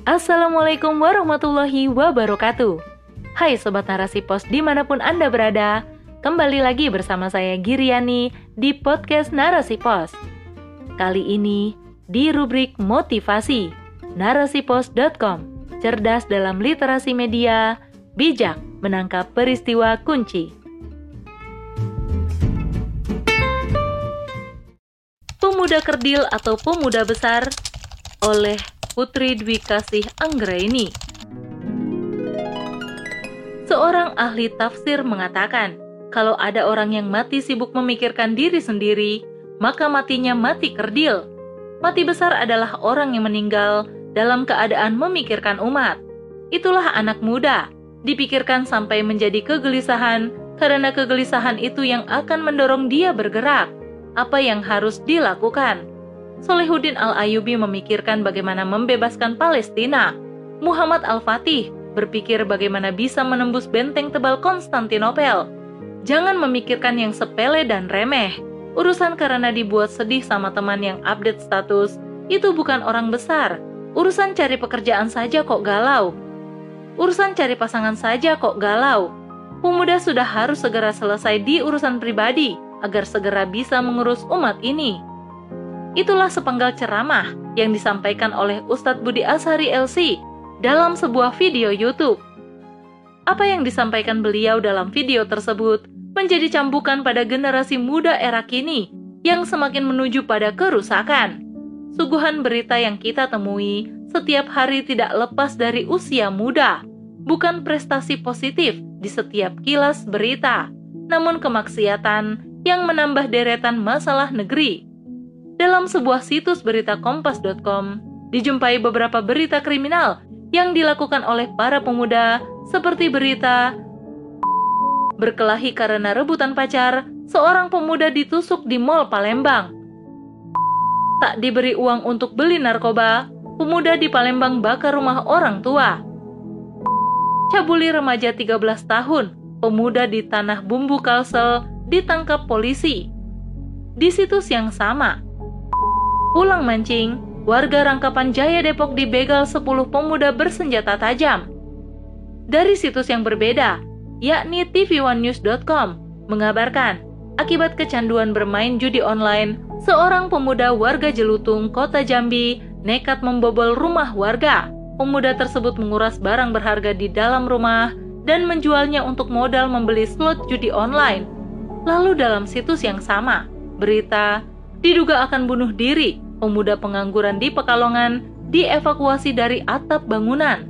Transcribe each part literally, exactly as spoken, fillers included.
Assalamualaikum warahmatullahi wabarakatuh. Hai Sobat Narasi Pos dimanapun Anda berada, kembali lagi bersama saya Giriani di podcast Narasi Pos. Kali ini di rubrik motivasi, narasipos dot com, cerdas dalam literasi media, bijak menangkap peristiwa kunci. Pemuda Kerdil atau Pemuda Besar oleh Putri Dwi Kasih Anggraini. Seorang ahli tafsir mengatakan, kalau ada orang yang mati sibuk memikirkan diri sendiri, maka matinya mati kerdil. Mati besar adalah orang yang meninggal dalam keadaan memikirkan umat. Itulah anak muda, dipikirkan sampai menjadi kegelisahan, karena kegelisahan itu yang akan mendorong dia bergerak. Apa yang harus dilakukan? Solehuddin Al-Ayyubi memikirkan bagaimana membebaskan Palestina. Muhammad Al-Fatih berpikir bagaimana bisa menembus benteng tebal Konstantinopel. Jangan memikirkan yang sepele dan remeh. Urusan karena dibuat sedih sama teman yang update status, itu bukan orang besar. Urusan cari pekerjaan saja kok galau. Urusan cari pasangan saja kok galau. Pemuda sudah harus segera selesai di urusan pribadi, agar segera bisa mengurus umat ini. Itulah sepenggal ceramah yang disampaikan oleh Ustadz Budi Ashari L C dalam sebuah video YouTube. Apa yang disampaikan beliau dalam video tersebut menjadi cambukan pada generasi muda era kini yang semakin menuju pada kerusakan. Suguhan berita yang kita temui setiap hari tidak lepas dari usia muda, bukan prestasi positif di setiap kilas berita, namun kemaksiatan yang menambah deretan masalah negeri. Dalam sebuah situs berita kompas dot com, dijumpai beberapa berita kriminal yang dilakukan oleh para pemuda, seperti berita berkelahi karena rebutan pacar, seorang pemuda ditusuk di Mall Palembang. Tak diberi uang untuk beli narkoba, pemuda di Palembang bakar rumah orang tua. Cabuli remaja tiga belas tahun, pemuda di Tanah Bumbu Kalsel ditangkap polisi. Di situs yang sama, pulang mancing, warga Rangkapan Jaya Depok dibegal sepuluh pemuda bersenjata tajam. Dari situs yang berbeda, yakni T V one news dot com, mengabarkan, akibat kecanduan bermain judi online, seorang pemuda warga Jelutung, Kota Jambi, nekat membobol rumah warga. Pemuda tersebut menguras barang berharga di dalam rumah dan menjualnya untuk modal membeli slot judi online. Lalu dalam situs yang sama, berita, diduga akan bunuh diri, pemuda pengangguran di Pekalongan dievakuasi dari atap bangunan.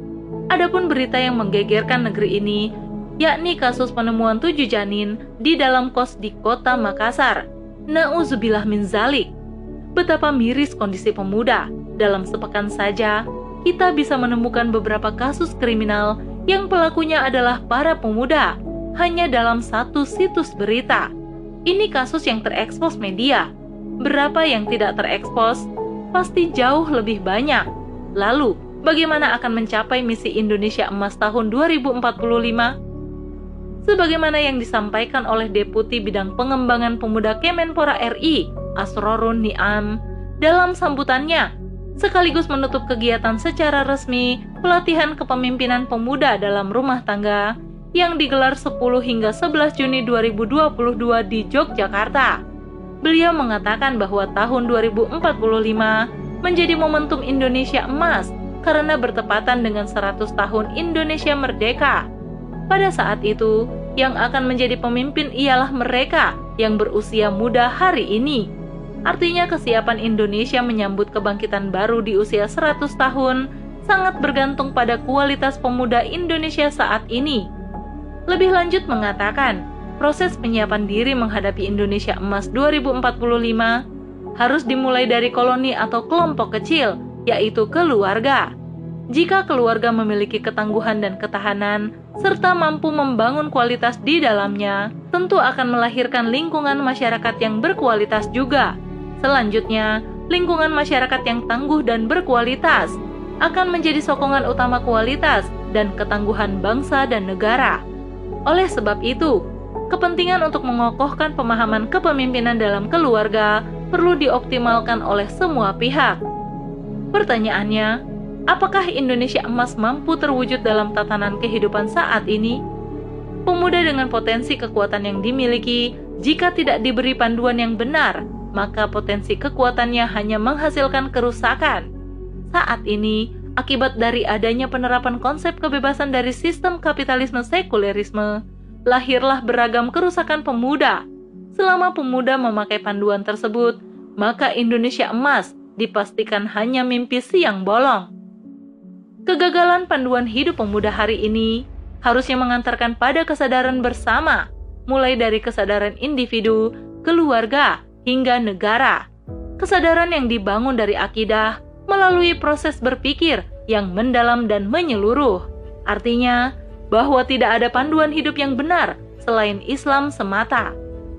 Adapun berita yang menggegerkan negeri ini, yakni kasus penemuan tujuh janin di dalam kos di kota Makassar. Na'udzubillah min zalik. Betapa miris kondisi pemuda. Dalam sepekan saja, kita bisa menemukan beberapa kasus kriminal yang pelakunya adalah para pemuda, hanya dalam satu situs berita. Ini kasus yang terekspos media. Berapa yang tidak terekspos? Pasti jauh lebih banyak. Lalu, bagaimana akan mencapai misi Indonesia Emas tahun dua ribu empat puluh lima? Sebagaimana yang disampaikan oleh Deputi Bidang Pengembangan Pemuda Kemenpora R I, Asrorun Niam, dalam sambutannya, sekaligus menutup kegiatan secara resmi pelatihan kepemimpinan pemuda dalam rumah tangga yang digelar sepuluh hingga sebelas Juni dua ribu dua puluh dua di Yogyakarta. Beliau mengatakan bahwa tahun dua ribu empat puluh lima menjadi momentum Indonesia Emas karena bertepatan dengan seratus tahun Indonesia Merdeka. Pada saat itu, yang akan menjadi pemimpin ialah mereka yang berusia muda hari ini. Artinya kesiapan Indonesia menyambut kebangkitan baru di usia seratus tahun sangat bergantung pada kualitas pemuda Indonesia saat ini. Lebih lanjut mengatakan, proses penyiapan diri menghadapi Indonesia Emas dua ribu empat puluh lima harus dimulai dari koloni atau kelompok kecil, yaitu keluarga. Jika keluarga memiliki ketangguhan dan ketahanan, serta mampu membangun kualitas di dalamnya, tentu akan melahirkan lingkungan masyarakat yang berkualitas juga. Selanjutnya, lingkungan masyarakat yang tangguh dan berkualitas akan menjadi sokongan utama kualitas dan ketangguhan bangsa dan negara. Oleh sebab itu, kepentingan untuk mengokohkan pemahaman kepemimpinan dalam keluarga perlu dioptimalkan oleh semua pihak. Pertanyaannya, Apakah Indonesia emas mampu terwujud dalam tatanan kehidupan saat ini? Pemuda dengan potensi kekuatan yang dimiliki, jika tidak diberi panduan yang benar, maka potensi kekuatannya hanya menghasilkan kerusakan. Saat ini, akibat dari adanya penerapan konsep kebebasan dari sistem kapitalisme sekulerisme, lahirlah beragam kerusakan pemuda. Selama pemuda memakai panduan tersebut, maka Indonesia emas dipastikan hanya mimpi siang bolong. Kegagalan panduan hidup pemuda hari ini harusnya mengantarkan pada kesadaran bersama, mulai dari kesadaran individu, keluarga, hingga negara. Kesadaran yang dibangun dari akidah melalui proses berpikir yang mendalam dan menyeluruh. Artinya, bahwa tidak ada panduan hidup yang benar selain Islam semata.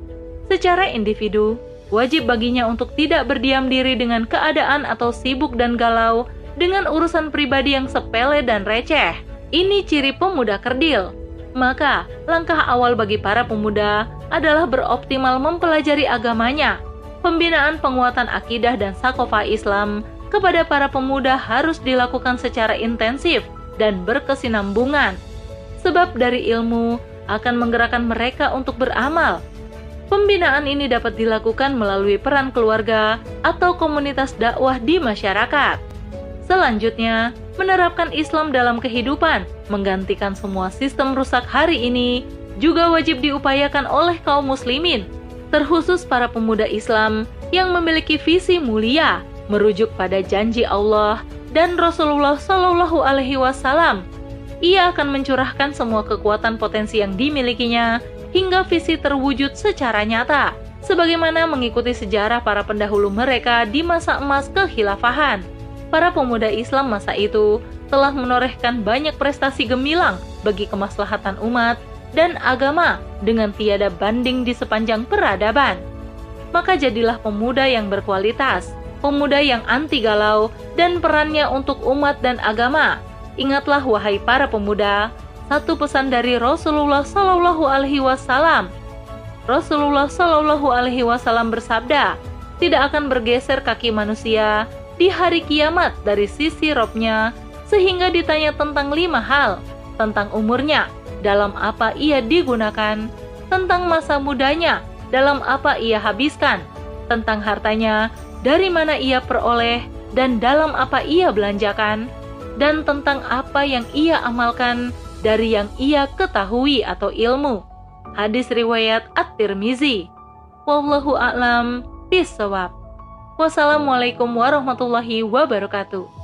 Secara individu, wajib baginya untuk tidak berdiam diri dengan keadaan atau sibuk dan galau dengan urusan pribadi yang sepele dan receh. Ini ciri pemuda kerdil. Maka, langkah awal bagi para pemuda adalah beroptimal mempelajari agamanya. Pembinaan penguatan akidah dan sakofa Islam kepada para pemuda harus dilakukan secara intensif dan berkesinambungan. Sebab dari ilmu akan menggerakkan mereka untuk beramal. Pembinaan ini dapat dilakukan melalui peran keluarga atau komunitas dakwah di masyarakat. Selanjutnya, menerapkan Islam dalam kehidupan, menggantikan semua sistem rusak hari ini, juga wajib diupayakan oleh kaum muslimin, terkhusus para pemuda Islam yang memiliki visi mulia, merujuk pada janji Allah dan Rasulullah Shallallahu Alaihi Wasallam. Ia akan mencurahkan semua kekuatan potensi yang dimilikinya hingga visi terwujud secara nyata, sebagaimana mengikuti sejarah para pendahulu mereka di masa emas kekhilafahan. Para pemuda Islam masa itu telah menorehkan banyak prestasi gemilang bagi kemaslahatan umat dan agama dengan tiada banding di sepanjang peradaban. Maka jadilah pemuda yang berkualitas, pemuda yang anti galau dan perannya untuk umat dan agama. Ingatlah wahai para pemuda, satu pesan dari Rasulullah Shallallahu Alaihi Wasallam. Rasulullah Shallallahu Alaihi Wasallam bersabda, tidak akan bergeser kaki manusia di hari kiamat dari sisi Robnya, sehingga ditanya tentang lima hal, tentang umurnya, dalam apa ia digunakan, tentang masa mudanya, dalam apa ia habiskan, tentang hartanya, dari mana ia peroleh, dan dalam apa ia belanjakan, dan tentang apa yang ia amalkan dari yang ia ketahui atau ilmu. Hadis riwayat At-Tirmizi. Wallahu a'lam bishawab. Wassalamualaikum warahmatullahi wabarakatuh.